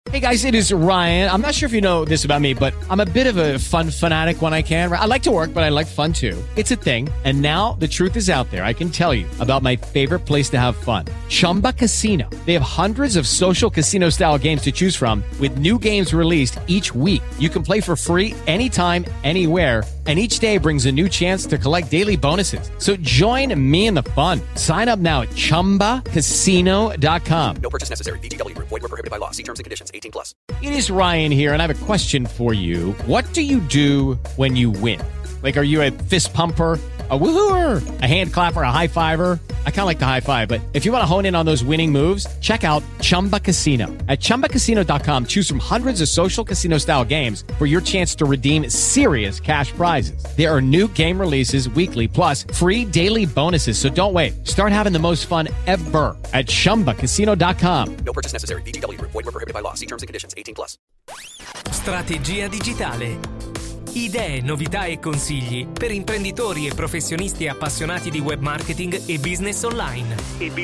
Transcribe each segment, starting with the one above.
Hey guys, it is Ryan. I'm not sure if you know this about me, but I'm a bit of a fun fanatic when I can. I like to work, but I like fun too. It's a thing. And now the truth is out there. I can tell you about my favorite place to have fun. Chumba Casino. They have hundreds of social casino style games to choose from with new games released each week. You can play for free anytime, anywhere. And each day brings a new chance to collect daily bonuses. So join me in the fun. Sign up now at ChumbaCasino.com. No purchase necessary. VGW. Void where prohibited by law. See terms and conditions. 18 plus. It is Ryan here, and I have a question for you. What do you do when you win? Like, are you a fist pumper, a woohooer, a hand clapper, a high fiver? I kind of like the high five, but if you want to hone in on those winning moves, check out Chumba Casino. At ChumbaCasino.com, choose from hundreds of social casino style games for your chance to redeem serious cash prizes. There are new game releases weekly, plus free daily bonuses. So don't wait. Start having the most fun ever at ChumbaCasino.com. No purchase necessary. VGW. Void where prohibited by law. See terms and conditions. 18 plus. Strategia digitale. Idee, novità e consigli per imprenditori e professionisti appassionati di web marketing e business online.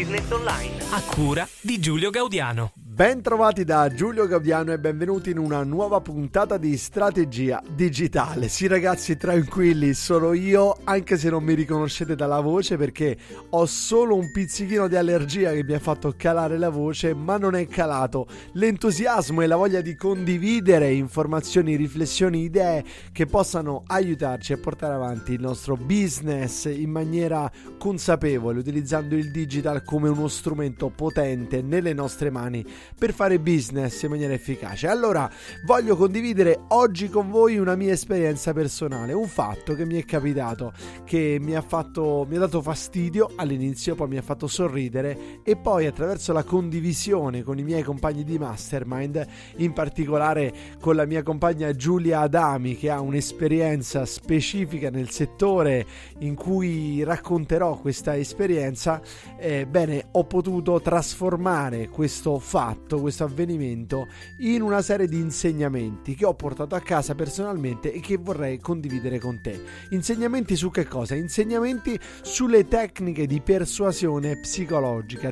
A cura di Giulio Gaudiano. Ben trovati da Giulio Gaudiano e benvenuti in una nuova puntata di Strategia Digitale. Sì ragazzi, tranquilli, sono io, anche se non mi riconoscete dalla voce, perché ho solo un pizzichino di allergia che mi ha fatto calare la voce, ma non è calato l'entusiasmo e la voglia di condividere informazioni, riflessioni, idee che possano aiutarci a portare avanti il nostro business in maniera consapevole, utilizzando il digital come uno strumento potente nelle nostre mani per fare business in maniera efficace. Allora, voglio condividere oggi con voi una mia esperienza personale, un fatto che mi è capitato, che mi ha dato fastidio all'inizio, poi mi ha fatto sorridere e poi attraverso la condivisione con i miei compagni di Mastermind, in particolare con la mia compagna Giulia Adami, che ha un'esperienza specifica nel settore in cui racconterò questa esperienza, ho potuto trasformare questo fatto, questo avvenimento in una serie di insegnamenti che ho portato a casa personalmente e che vorrei condividere con te. Insegnamenti su che cosa? Insegnamenti sulle tecniche di persuasione psicologica,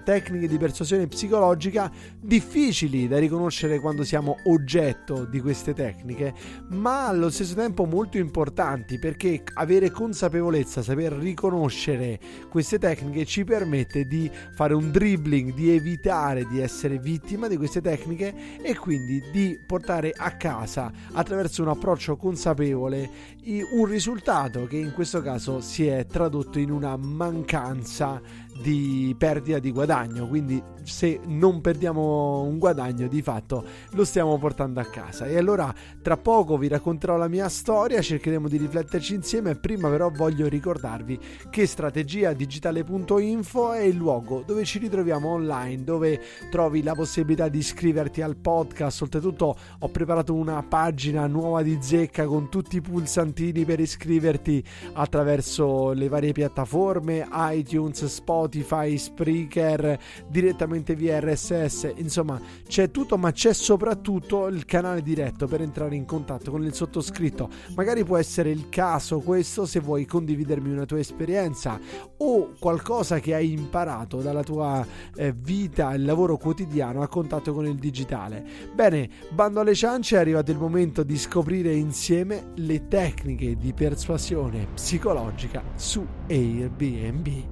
difficili da riconoscere quando siamo oggetto di queste tecniche, ma allo stesso tempo molto importanti, perché avere consapevolezza, saper riconoscere queste tecniche ci permette di fare un dribbling, di evitare di essere vittima di queste tecniche e quindi di portare a casa, attraverso un approccio consapevole, un risultato che in questo caso si è tradotto in una mancanza di perdita di guadagno. Quindi se non perdiamo un guadagno, di fatto lo stiamo portando a casa. E allora tra poco vi racconterò la mia storia, cercheremo di rifletterci insieme. Prima però voglio ricordarvi che strategiadigitale.info è il luogo dove ci ritroviamo online, dove trovi la possibilità di iscriverti al podcast. Oltretutto ho preparato una pagina nuova di zecca con tutti i pulsantini per iscriverti attraverso le varie piattaforme, iTunes, Spotify, Spreaker, direttamente via RSS. Insomma, c'è tutto, ma c'è soprattutto il canale diretto per entrare in contatto con il sottoscritto. Magari può essere il caso questo, se vuoi condividermi una tua esperienza o qualcosa che hai imparato dalla tua vita, il lavoro quotidiano a contatto con il digitale. Bene, bando alle ciance, è arrivato il momento di scoprire insieme le tecniche di persuasione psicologica su Airbnb.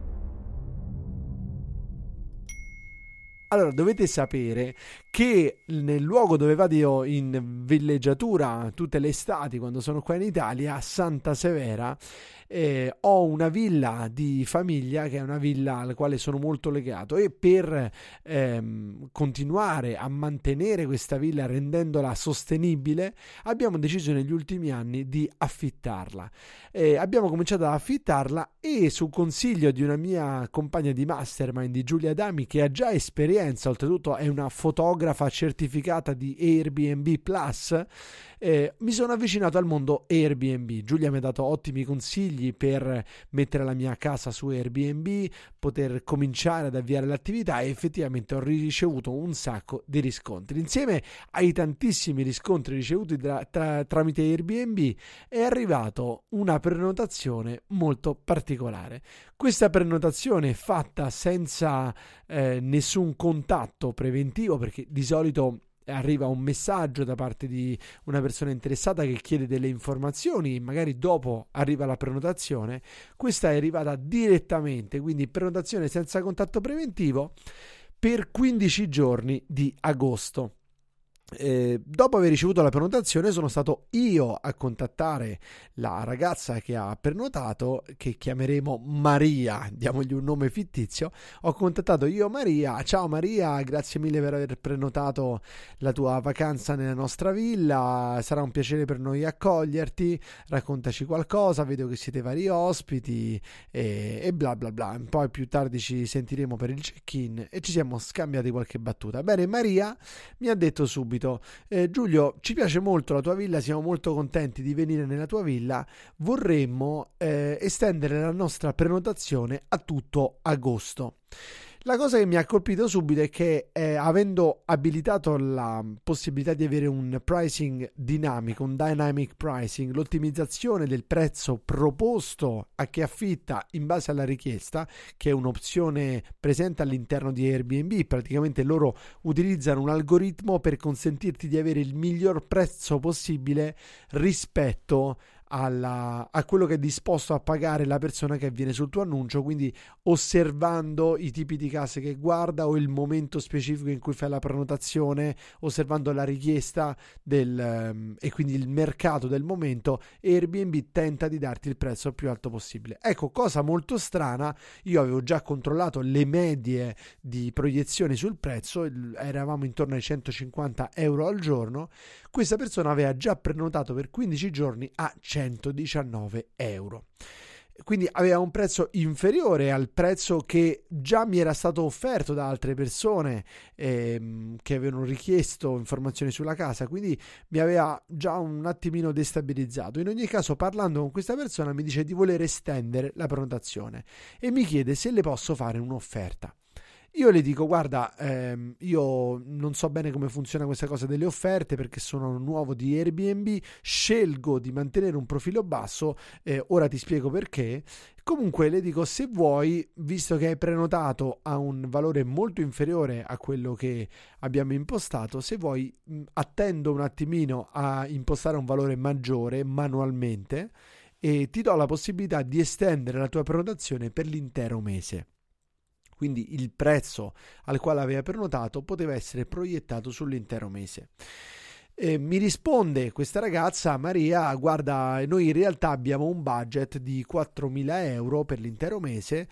Allora, dovete sapere che nel luogo dove vado io in villeggiatura tutte le estati, quando sono qua in Italia, a Santa Severa, ho una villa di famiglia, che è una villa alla quale sono molto legato, e per continuare a mantenere questa villa rendendola sostenibile abbiamo deciso negli ultimi anni di affittarla. Abbiamo cominciato ad affittarla e su consiglio di una mia compagna di Mastermind, di Giulia Adami, che ha già esperienza, oltretutto è una fotografa certificata di Airbnb Plus, mi sono avvicinato al mondo Airbnb. Giulia mi ha dato ottimi consigli per mettere la mia casa su Airbnb, poter cominciare ad avviare l'attività, e effettivamente ho ricevuto un sacco di riscontri. Insieme ai tantissimi riscontri ricevuti tramite Airbnb è arrivato una prenotazione molto particolare. Questa prenotazione è fatta senza nessun contatto preventivo, perché di solito arriva un messaggio da parte di una persona interessata che chiede delle informazioni, magari dopo arriva la prenotazione. Questa è arrivata direttamente, quindi prenotazione senza contatto preventivo per 15 giorni di agosto. Dopo aver ricevuto la prenotazione sono stato io a contattare la ragazza che ha prenotato, che chiameremo Maria, diamogli un nome fittizio. Ho contattato io Maria: ciao Maria, grazie mille per aver prenotato la tua vacanza nella nostra villa, sarà un piacere per noi accoglierti, raccontaci qualcosa, vedo che siete vari ospiti e bla bla bla. Poi più tardi ci sentiremo per il check-in, e ci siamo scambiati qualche battuta. Bene, Maria mi ha detto subito: Giulio, ci piace molto la tua villa, siamo molto contenti di venire nella tua villa, vorremmo estendere la nostra prenotazione a tutto agosto. La cosa che mi ha colpito subito è che avendo abilitato la possibilità di avere un pricing dinamico, un dynamic pricing, l'ottimizzazione del prezzo proposto a chi affitta in base alla richiesta, che è un'opzione presente all'interno di Airbnb, praticamente loro utilizzano un algoritmo per consentirti di avere il miglior prezzo possibile rispetto a quello che è disposto a pagare la persona che viene sul tuo annuncio, quindi osservando i tipi di case che guarda o il momento specifico in cui fai la prenotazione, osservando la richiesta e quindi il mercato del momento, Airbnb tenta di darti il prezzo più alto possibile. Ecco, cosa molto strana, io avevo già controllato le medie di proiezioni sul prezzo, eravamo intorno ai 150 euro al giorno. Questa persona aveva già prenotato per 15 giorni a 119 euro. Quindi aveva un prezzo inferiore al prezzo che già mi era stato offerto da altre persone che avevano richiesto informazioni sulla casa, quindi mi aveva già un attimino destabilizzato. In ogni caso, parlando con questa persona, mi dice di voler estendere la prenotazione e mi chiede se le posso fare un'offerta. Io le dico: guarda, io non so bene come funziona questa cosa delle offerte perché sono nuovo di Airbnb, scelgo di mantenere un profilo basso, ora ti spiego perché. Comunque le dico: se vuoi, visto che hai prenotato a un valore molto inferiore a quello che abbiamo impostato, se vuoi attendo un attimino a impostare un valore maggiore manualmente e ti do la possibilità di estendere la tua prenotazione per l'intero mese. Quindi il prezzo al quale aveva prenotato poteva essere proiettato sull'intero mese. Mi risponde questa ragazza: Maria, guarda, noi in realtà abbiamo un budget di 4.000 euro per l'intero mese,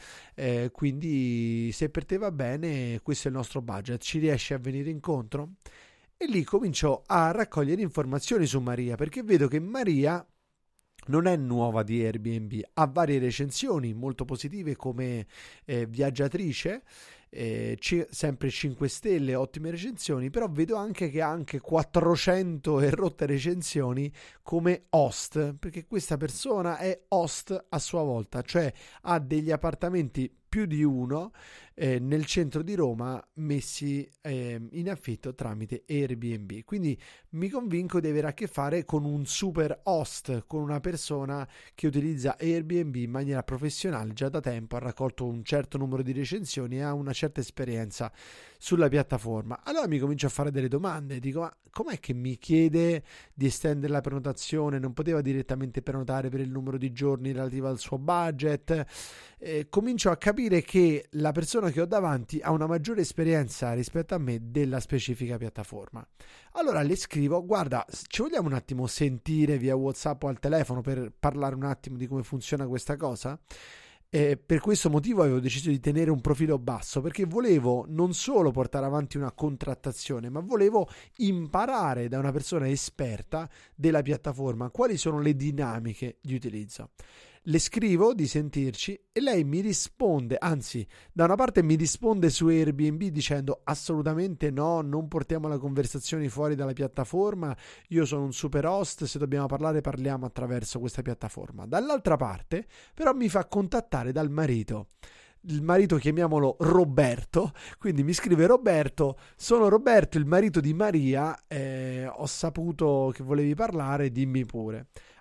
quindi se per te va bene, questo è il nostro budget, ci riesci a venire incontro? E lì comincio a raccogliere informazioni su Maria, perché vedo che Maria non è nuova di Airbnb, ha varie recensioni molto positive come viaggiatrice, sempre 5 stelle, ottime recensioni, però vedo anche che ha anche 400 e rotte recensioni come host, perché questa persona è host a sua volta, cioè ha degli appartamenti, più di uno, nel centro di Roma, messi in affitto tramite Airbnb. Quindi mi convinco di avere a che fare con un super host, con una persona che utilizza Airbnb in maniera professionale già da tempo, ha raccolto un certo numero di recensioni e ha una certa esperienza sulla piattaforma. Allora mi comincio a fare delle domande, dico: ma com'è che mi chiede di estendere la prenotazione? Non poteva direttamente prenotare per il numero di giorni relativo al suo budget? Comincio a capire che la persona che ho davanti ha una maggiore esperienza rispetto a me della specifica piattaforma. Allora le scrivo: guarda, ci vogliamo un attimo sentire via WhatsApp o al telefono per parlare un attimo di come funziona questa cosa? Per questo motivo avevo deciso di tenere un profilo basso, perché volevo non solo portare avanti una contrattazione, ma volevo imparare da una persona esperta della piattaforma quali sono le dinamiche di utilizzo. Le scrivo di sentirci e lei mi risponde, anzi da una parte mi risponde su Airbnb dicendo: assolutamente no, non portiamo la conversazione fuori dalla piattaforma, io sono un super host, se dobbiamo parlare parliamo attraverso questa piattaforma. Dall'altra parte però mi fa contattare dal marito. Il marito, chiamiamolo Roberto, quindi mi scrive: Roberto, sono Roberto, il marito di Maria, ho saputo che volevi parlare, dimmi pure.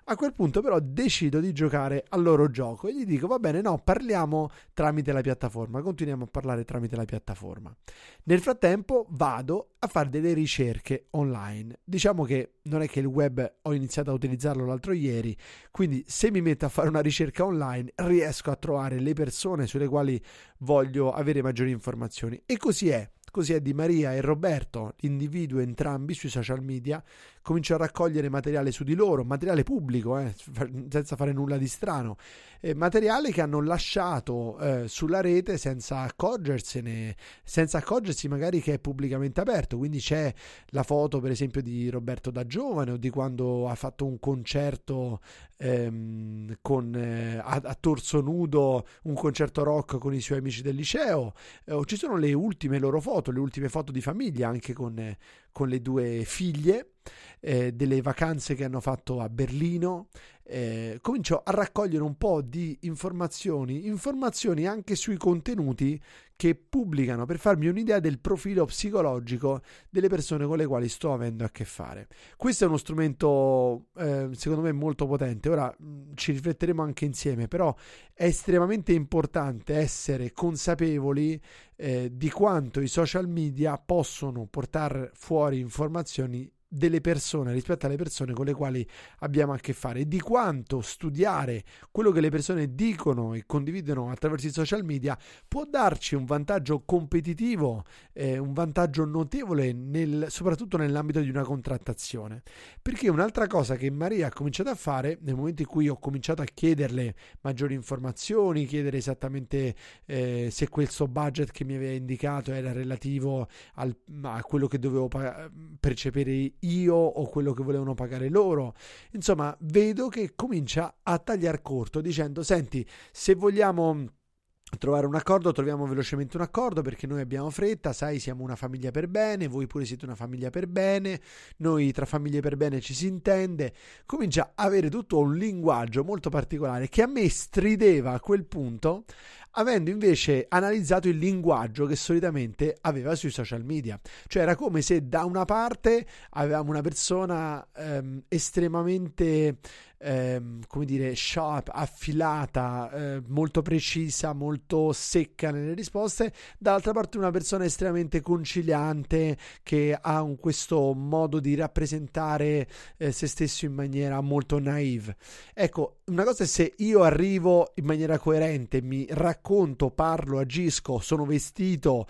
A quel punto però decido di giocare al loro gioco e gli dico va bene, no, parliamo tramite la piattaforma, continuiamo a parlare tramite la piattaforma. Nel frattempo vado a fare delle ricerche online. Diciamo che non è che il web ho iniziato a utilizzarlo l'altro ieri, quindi se mi metto a fare una ricerca online riesco a trovare le persone sulle quali voglio avere maggiori informazioni, e così è. Così è di Maria e Roberto, individuo entrambi sui social media, comincio a raccogliere materiale su di loro, materiale pubblico, senza fare nulla di strano, materiale che hanno lasciato sulla rete senza accorgersi magari che è pubblicamente aperto. Quindi c'è la foto per esempio di Roberto da giovane o di quando ha fatto un concerto a torso nudo, un concerto rock con i suoi amici del liceo, o ci sono le ultime loro foto, le ultime foto di famiglia anche con le due figlie, delle vacanze che hanno fatto a Berlino. Comincio a raccogliere un po' di informazioni anche sui contenuti che pubblicano, per farmi un'idea del profilo psicologico delle persone con le quali sto avendo a che fare. Questo è uno strumento secondo me molto potente. Ora ci rifletteremo anche insieme, però è estremamente importante essere consapevoli di quanto i social media possono portare fuori informazioni delle persone rispetto alle persone con le quali abbiamo a che fare, e di quanto studiare quello che le persone dicono e condividono attraverso i social media può darci un vantaggio competitivo, un vantaggio notevole soprattutto nell'ambito di una contrattazione. Perché un'altra cosa che Maria ha cominciato a fare nel momento in cui ho cominciato a chiederle maggiori informazioni, chiedere esattamente se quel suo budget che mi aveva indicato era relativo a quello che dovevo percepire io o quello che volevano pagare loro, insomma vedo che comincia a tagliar corto dicendo: senti, se vogliamo trovare un accordo, troviamo velocemente un accordo, perché noi abbiamo fretta, sai, siamo una famiglia per bene, voi pure siete una famiglia per bene, noi tra famiglie per bene ci si intende. Comincia a avere tutto un linguaggio molto particolare che a me strideva a quel punto, avendo invece analizzato il linguaggio che solitamente aveva sui social media. Cioè era come se da una parte avevamo una persona estremamente come dire sharp, affilata, molto precisa, molto secca nelle risposte, dall'altra parte una persona estremamente conciliante che ha questo modo di rappresentare se stesso in maniera molto naive. Ecco, una cosa è se io arrivo in maniera coerente, mi racconto, parlo, agisco, sono vestito,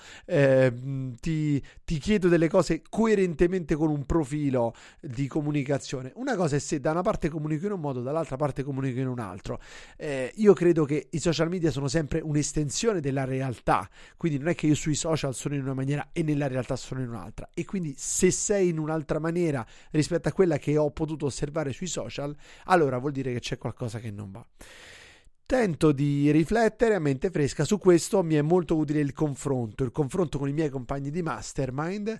ti chiedo delle cose coerentemente con un profilo di comunicazione. Una cosa è se da una parte comunico in un modo, dall'altra parte comunico in un altro. Io credo che i social media sono sempre un'estensione della realtà, quindi non è che io sui social sono in una maniera e nella realtà sono in un'altra, e quindi se sei in un'altra maniera rispetto a quella che ho potuto osservare sui social, allora vuol dire che c'è qualcosa che non va. Tento di riflettere a mente fresca su questo. Mi è molto utile il confronto con i miei compagni di mastermind,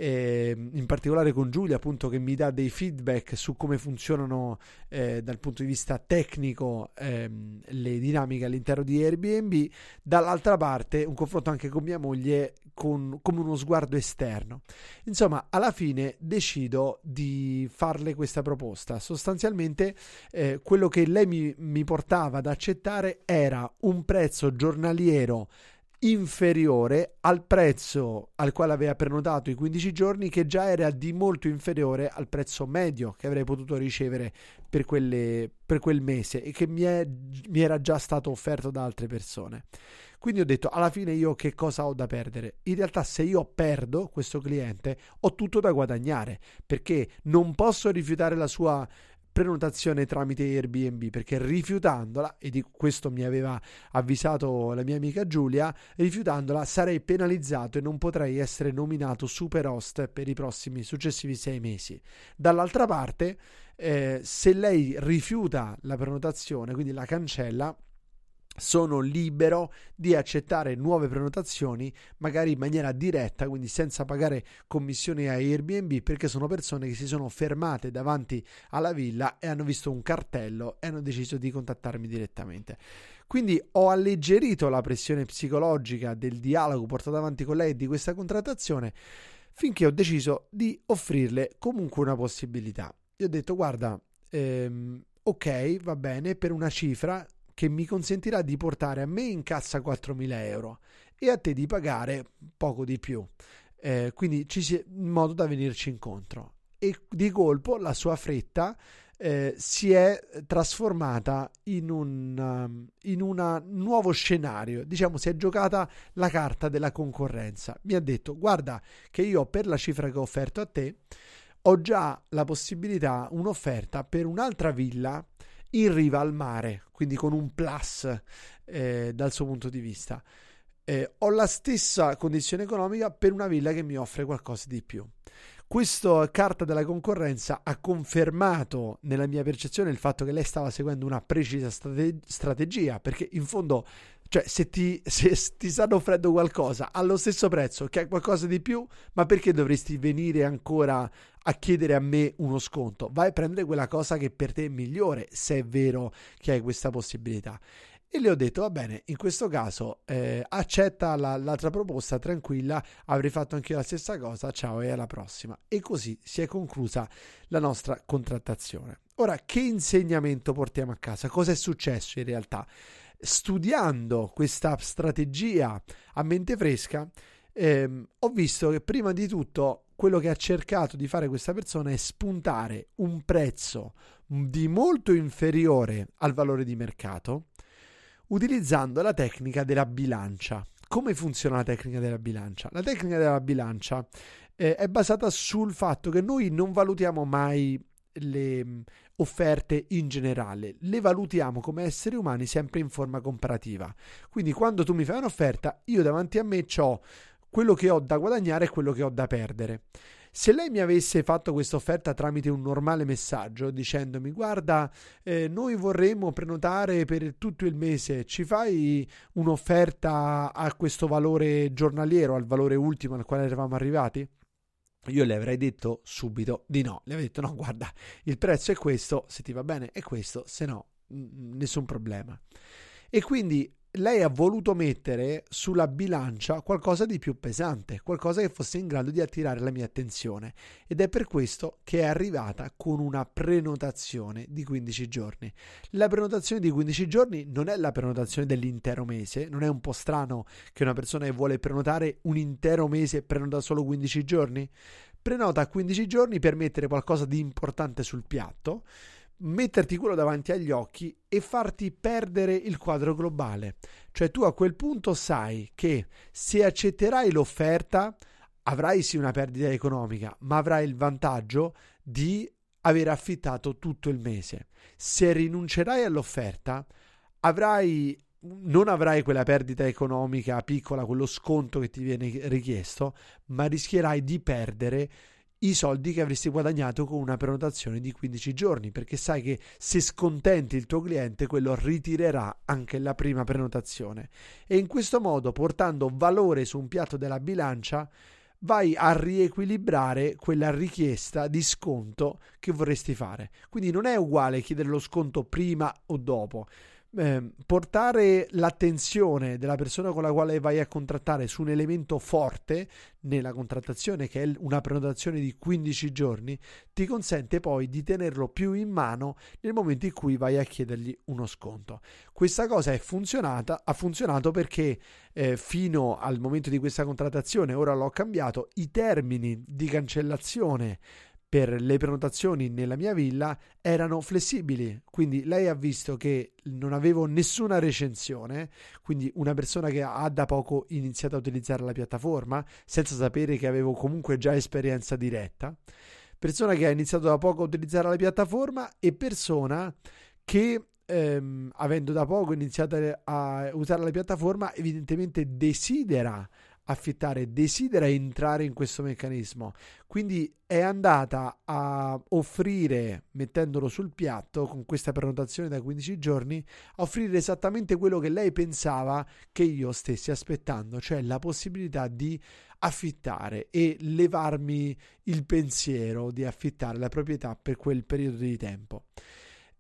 in particolare con Giulia, appunto, che mi dà dei feedback su come funzionano dal punto di vista tecnico le dinamiche all'interno di Airbnb. Dall'altra parte un confronto anche con mia moglie come uno sguardo esterno. Insomma, alla fine decido di farle questa proposta. Sostanzialmente quello che lei mi portava ad accettare era un prezzo giornaliero inferiore al prezzo al quale aveva prenotato i 15 giorni, che già era di molto inferiore al prezzo medio che avrei potuto ricevere per quel mese e che mi era già stato offerto da altre persone. Quindi ho detto, alla fine io che cosa ho da perdere? In realtà se io perdo questo cliente ho tutto da guadagnare, perché non posso rifiutare la sua prenotazione tramite Airbnb, perché rifiutandola, e di questo mi aveva avvisato la mia amica Giulia, rifiutandola sarei penalizzato e non potrei essere nominato super host per i successivi 6 mesi. Dall'altra parte, se lei rifiuta la prenotazione, quindi la cancella, sono libero di accettare nuove prenotazioni, magari in maniera diretta, quindi senza pagare commissioni a Airbnb, perché sono persone che si sono fermate davanti alla villa e hanno visto un cartello e hanno deciso di contattarmi direttamente. Quindi ho alleggerito la pressione psicologica del dialogo portato avanti con lei e di questa contrattazione, finché ho deciso di offrirle comunque una possibilità. Io ho detto: guarda, ok, va bene, per una cifra che mi consentirà di portare a me in cassa 4.000 euro e a te di pagare poco di più, quindi in modo da venirci incontro. E di colpo la sua fretta si è trasformata in un nuovo scenario, diciamo, si è giocata la carta della concorrenza. Mi ha detto: guarda che io per la cifra che ho offerto a te ho già la possibilità, un'offerta per un'altra villa in riva al mare, quindi con un plus dal suo punto di vista. Ho la stessa condizione economica per una villa che mi offre qualcosa di più. Questa carta della concorrenza ha confermato nella mia percezione il fatto che lei stava seguendo una precisa strategia, perché in fondo, cioè, se ti stanno offrendo qualcosa allo stesso prezzo che è qualcosa di più, ma perché dovresti venire ancora a chiedere a me uno sconto? Vai a prendere quella cosa che per te è migliore, se è vero che hai questa possibilità. E le ho detto: va bene, in questo caso accetta l'altra proposta, tranquilla, avrei fatto anche io la stessa cosa, ciao e alla prossima. E così si è conclusa la nostra contrattazione. Ora, che insegnamento portiamo a casa? Cosa è successo in realtà? Studiando questa strategia a mente fresca, ho visto che prima di tutto quello che ha cercato di fare questa persona è spuntare un prezzo di molto inferiore al valore di mercato, utilizzando la tecnica della bilancia. Come funziona la tecnica della bilancia? La tecnica della bilancia è basata sul fatto che noi non valutiamo mai le offerte in generale, le valutiamo come esseri umani sempre in forma comparativa. Quindi quando tu mi fai un'offerta, io davanti a me ho quello che ho da guadagnare e quello che ho da perdere. Se lei mi avesse fatto questa offerta tramite un normale messaggio dicendomi: guarda, noi vorremmo prenotare per tutto il mese, ci fai un'offerta a questo valore giornaliero, al valore ultimo al quale eravamo arrivati? Io le avrei detto subito di no. Le avrei detto: no, guarda, il prezzo è questo, se ti va bene è questo, se no nessun problema. E quindi lei ha voluto mettere sulla bilancia qualcosa di più pesante, qualcosa che fosse in grado di attirare la mia attenzione, ed è per questo che è arrivata con una prenotazione di 15 giorni. La prenotazione di 15 giorni non è la prenotazione dell'intero mese, non è un po' strano che una persona che vuole prenotare un intero mese prenota solo 15 giorni? Prenota 15 giorni per mettere qualcosa di importante sul piatto, metterti quello davanti agli occhi e farti perdere il quadro globale. Cioè tu a quel punto sai che se accetterai l'offerta avrai sì una perdita economica, ma avrai il vantaggio di aver affittato tutto il mese. Se rinuncerai all'offerta non avrai quella perdita economica piccola, quello sconto che ti viene richiesto, ma rischierai di perdere i soldi che avresti guadagnato con una prenotazione di 15 giorni, perché sai che se scontenti il tuo cliente, quello ritirerà anche la prima prenotazione. E in questo modo, portando valore su un piatto della bilancia, vai a riequilibrare quella richiesta di sconto che vorresti fare. Quindi non è uguale chiedere lo sconto prima o dopo. Portare l'attenzione della persona con la quale vai a contrattare su un elemento forte nella contrattazione, che è una prenotazione di 15 giorni, ti consente poi di tenerlo più in mano nel momento in cui vai a chiedergli uno sconto. Questa cosa ha funzionato perché fino al momento di questa contrattazione, ora l'ho cambiato, i termini di cancellazione per le prenotazioni nella mia villa erano flessibili, quindi lei ha visto che non avevo nessuna recensione, quindi una persona che ha da poco iniziato a utilizzare la piattaforma senza sapere che avevo comunque già esperienza diretta, persona che ha iniziato da poco a utilizzare la piattaforma e persona che avendo da poco iniziato a usare la piattaforma evidentemente desidera affittare, desidera entrare in questo meccanismo, quindi è andata a offrire, mettendolo sul piatto con questa prenotazione da 15 giorni, a offrire esattamente quello che lei pensava che io stessi aspettando, cioè la possibilità di affittare e levarmi il pensiero di affittare la proprietà per quel periodo di tempo.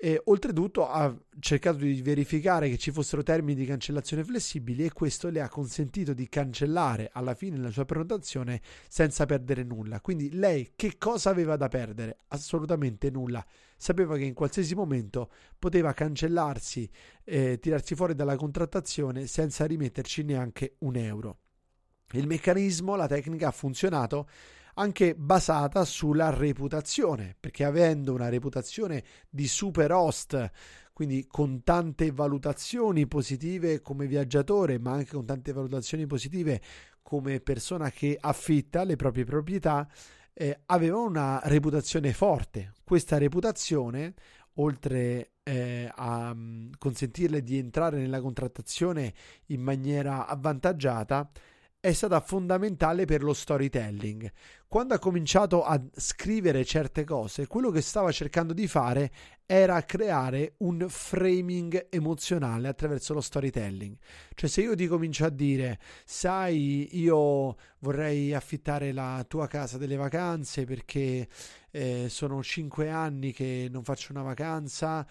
E oltretutto ha cercato di verificare che ci fossero termini di cancellazione flessibili, e questo le ha consentito di cancellare alla fine la sua prenotazione senza perdere nulla. Quindi lei che cosa aveva da perdere? Assolutamente nulla. Sapeva che in qualsiasi momento poteva cancellarsi, tirarsi fuori dalla contrattazione senza rimetterci neanche un euro. Il meccanismo, la tecnica ha funzionato anche basata sulla reputazione, perché avendo una reputazione di super host, quindi con tante valutazioni positive come viaggiatore, ma anche con tante valutazioni positive come persona che affitta le proprie proprietà, aveva una reputazione forte. Questa reputazione, oltre a consentirle di entrare nella contrattazione in maniera avvantaggiata, è stata fondamentale per lo storytelling. Quando ha cominciato a scrivere certe cose, quello che stava cercando di fare era creare un framing emozionale attraverso lo storytelling. Cioè, se io ti comincio a dire, sai, io vorrei affittare la tua casa delle vacanze perché sono 5 anni che non faccio una vacanza,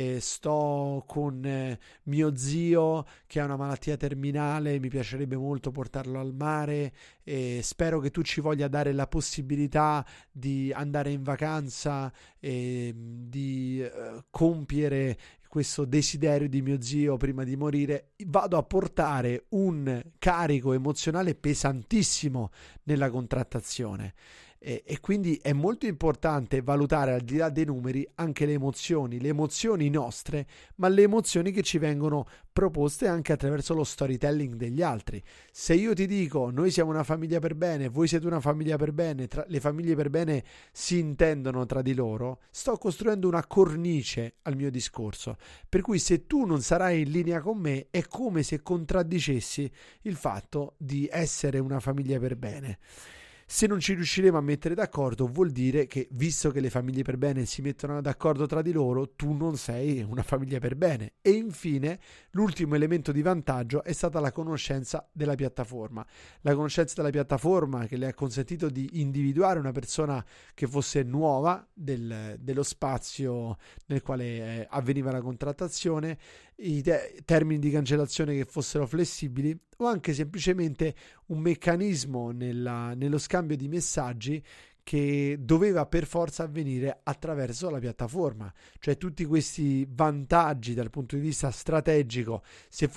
sto con mio zio che ha una malattia terminale, mi piacerebbe molto portarlo al mare, spero che tu ci voglia dare la possibilità di andare in vacanza e di compiere questo desiderio di mio zio prima di morire. Vado a portare un carico emozionale pesantissimo nella contrattazione. E quindi è molto importante valutare, al di là dei numeri, anche le emozioni nostre, ma le emozioni che ci vengono proposte anche attraverso lo storytelling degli altri. Se io ti dico, noi siamo una famiglia per bene, voi siete una famiglia per bene, le famiglie per bene si intendono tra di loro, sto costruendo una cornice al mio discorso, per cui se tu non sarai in linea con me è come se contraddicessi il fatto di essere una famiglia per bene. Se non ci riusciremo a mettere d'accordo, vuol dire che, visto che le famiglie per bene si mettono d'accordo tra di loro, tu non sei una famiglia per bene. E infine, l'ultimo elemento di vantaggio è stata la conoscenza della piattaforma. La conoscenza della piattaforma che le ha consentito di individuare una persona che fosse nuova dello spazio nel quale avveniva la contrattazione, i termini di cancellazione che fossero flessibili, o anche semplicemente un meccanismo nello scambio di messaggi che doveva per forza avvenire attraverso la piattaforma. Cioè, tutti questi vantaggi dal punto di vista strategico, se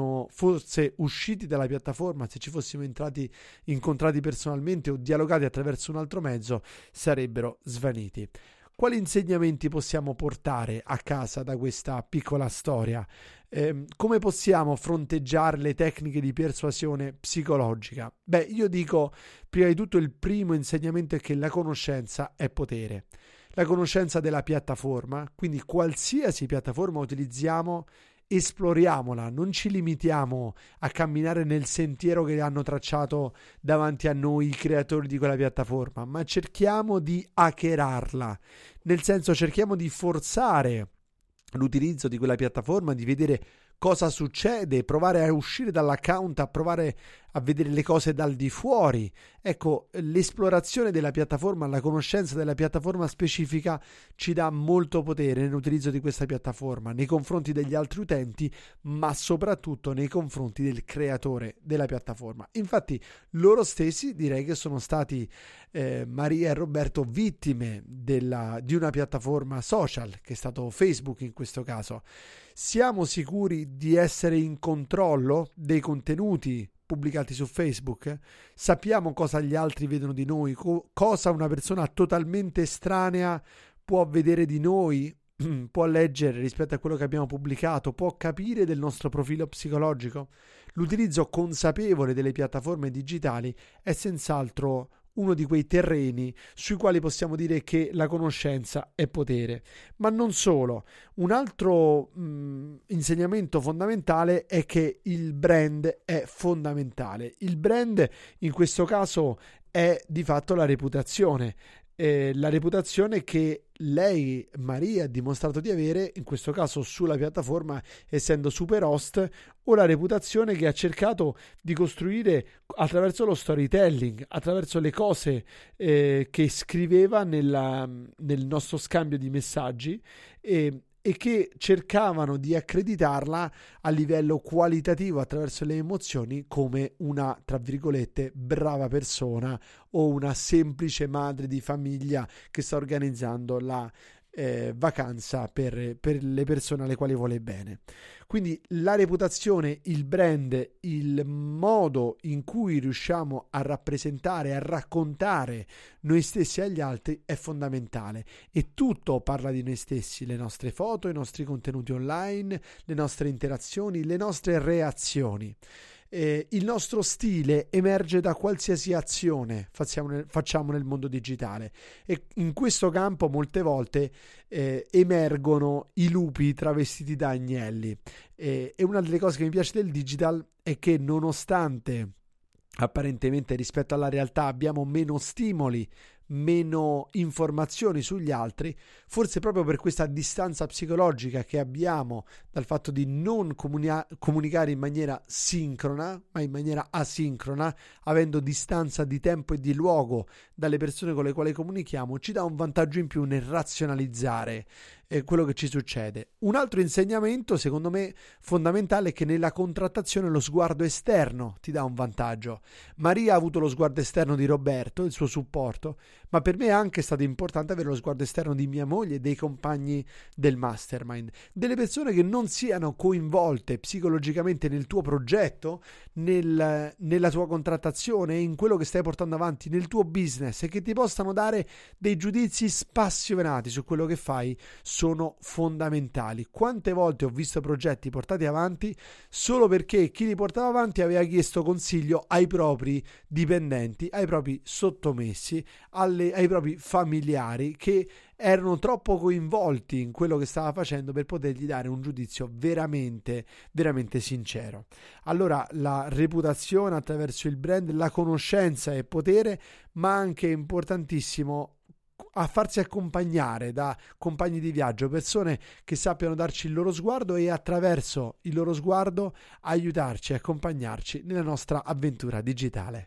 fosse usciti dalla piattaforma, se ci fossimo incontrati personalmente o dialogati attraverso un altro mezzo, sarebbero svaniti. Quali insegnamenti possiamo portare a casa da questa piccola storia? Come possiamo fronteggiare le tecniche di persuasione psicologica? Beh, io dico, prima di tutto, il primo insegnamento è che la conoscenza è potere. La conoscenza della piattaforma, quindi qualsiasi piattaforma utilizziamo, esploriamola, non ci limitiamo a camminare nel sentiero che hanno tracciato davanti a noi i creatori di quella piattaforma, ma cerchiamo di hackerarla, nel senso, cerchiamo di forzare l'utilizzo di quella piattaforma, di vedere cosa succede, provare a uscire dall'account, a provare a vedere le cose dal di fuori. Ecco, l'esplorazione della piattaforma, la conoscenza della piattaforma specifica ci dà molto potere nell'utilizzo di questa piattaforma nei confronti degli altri utenti, ma soprattutto nei confronti del creatore della piattaforma. Infatti loro stessi, direi che sono stati Maria e Roberto, vittime di una piattaforma social, che è stato Facebook in questo caso. Siamo sicuri di essere in controllo dei contenuti pubblicati su Facebook? Sappiamo cosa gli altri vedono di noi, cosa una persona totalmente estranea può vedere di noi, può leggere rispetto a quello che abbiamo pubblicato, può capire del nostro profilo psicologico? L'utilizzo consapevole delle piattaforme digitali è senz'altro uno di quei terreni sui quali possiamo dire che la conoscenza è potere. Ma non solo. Un altro insegnamento fondamentale è che il brand è fondamentale. Il brand in questo caso è di fatto la reputazione. La reputazione che lei, Maria, ha dimostrato di avere, in questo caso sulla piattaforma, essendo super host, o la reputazione che ha cercato di costruire attraverso lo storytelling, attraverso le cose che scriveva nel nostro scambio di messaggi, e e che cercavano di accreditarla a livello qualitativo attraverso le emozioni come una, tra virgolette, brava persona o una semplice madre di famiglia che sta organizzando la vacanza per le persone alle quali vuole bene. Quindi la reputazione, il brand, il modo in cui riusciamo a rappresentare, a raccontare noi stessi agli altri è fondamentale, e tutto parla di noi stessi: le nostre foto, i nostri contenuti online, le nostre interazioni, le nostre reazioni. Il nostro stile emerge da qualsiasi azione facciamo nel mondo digitale, e in questo campo molte volte emergono i lupi travestiti da agnelli, e una delle cose che mi piace del digital è che, nonostante apparentemente rispetto alla realtà abbiamo meno stimoli, meno informazioni sugli altri, forse proprio per questa distanza psicologica che abbiamo dal fatto di non comunicare in maniera sincrona ma in maniera asincrona, avendo distanza di tempo e di luogo dalle persone con le quali comunichiamo, ci dà un vantaggio in più nel razionalizzare quello che ci succede. Un altro insegnamento, secondo me fondamentale, è che nella contrattazione lo sguardo esterno ti dà un vantaggio. Maria ha avuto lo sguardo esterno di Roberto, il suo supporto, ma per me è anche stato importante avere lo sguardo esterno di mia moglie e dei compagni del mastermind, delle persone che non siano coinvolte psicologicamente nel tuo progetto, nella tua contrattazione, in quello che stai portando avanti, nel tuo business, e che ti possano dare dei giudizi spassionati su quello che fai, sono fondamentali. Quante volte ho visto progetti portati avanti solo perché chi li portava avanti aveva chiesto consiglio ai propri dipendenti, ai propri sottomessi, ai propri familiari, che erano troppo coinvolti in quello che stava facendo per potergli dare un giudizio veramente, veramente sincero. Allora la reputazione attraverso il brand, la conoscenza è potere, ma anche importantissimo a farsi accompagnare da compagni di viaggio, persone che sappiano darci il loro sguardo e attraverso il loro sguardo aiutarci e accompagnarci nella nostra avventura digitale.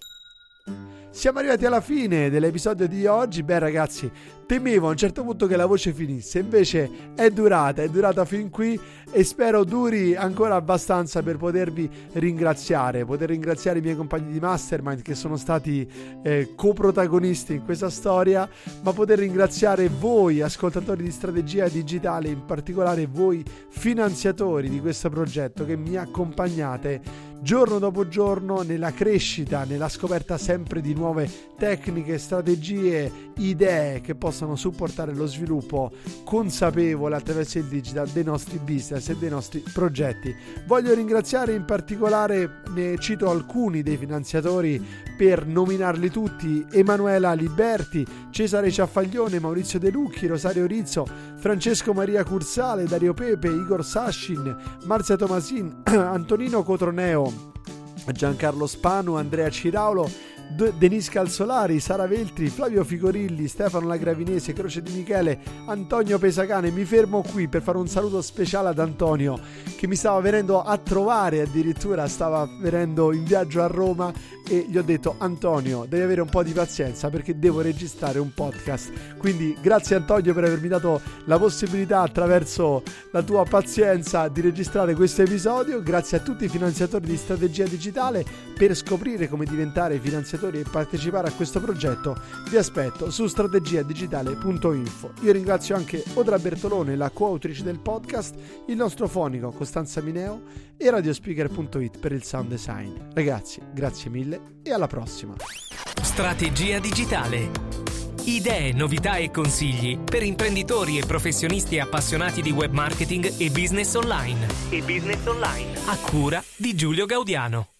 Siamo arrivati alla fine dell'episodio di oggi. Beh ragazzi, temevo a un certo punto che la voce finisse, invece è durata fin qui, e spero duri ancora abbastanza per potervi ringraziare, i miei compagni di Mastermind che sono stati coprotagonisti in questa storia, ma poter ringraziare voi ascoltatori di Strategia Digitale, in particolare voi finanziatori di questo progetto che mi accompagnate giorno dopo giorno nella crescita, nella scoperta sempre di nuove tecniche, strategie, idee che possano supportare lo sviluppo consapevole attraverso il digital dei nostri business e dei nostri progetti. Voglio ringraziare in particolare, ne cito alcuni dei finanziatori per nominarli tutti: Emanuela Liberti, Cesare Ciaffaglione, Maurizio De Lucchi, Rosario Rizzo, Francesco Maria Cursale, Dario Pepe, Igor Sashin, Marzia Tomasin, Antonino Cotroneo, Giancarlo Spanu, Andrea Ciraulo, Denise Calzolari, Sara Veltri, Flavio Ficorilli, Stefano Lagravinese, Croce di Michele, Antonio Pesacane. Mi fermo qui per fare un saluto speciale ad Antonio, che mi stava venendo a trovare, addirittura stava venendo in viaggio a Roma, e gli ho detto: Antonio, devi avere un po' di pazienza perché devo registrare un podcast. Quindi grazie Antonio per avermi dato la possibilità, attraverso la tua pazienza, di registrare questo episodio. Grazie a tutti i finanziatori di Strategia Digitale. Per scoprire come diventare finanziatori e partecipare a questo progetto vi aspetto su strategiadigitale.info. Io ringrazio anche Odra Bertolone, la coautrice del podcast, il nostro fonico Costanza Mineo e Radiospeaker.it per il sound design. Ragazzi, grazie mille e alla prossima. Strategia Digitale. Idee, novità e consigli per imprenditori e professionisti appassionati di web marketing e business online. A cura di Giulio Gaudiano.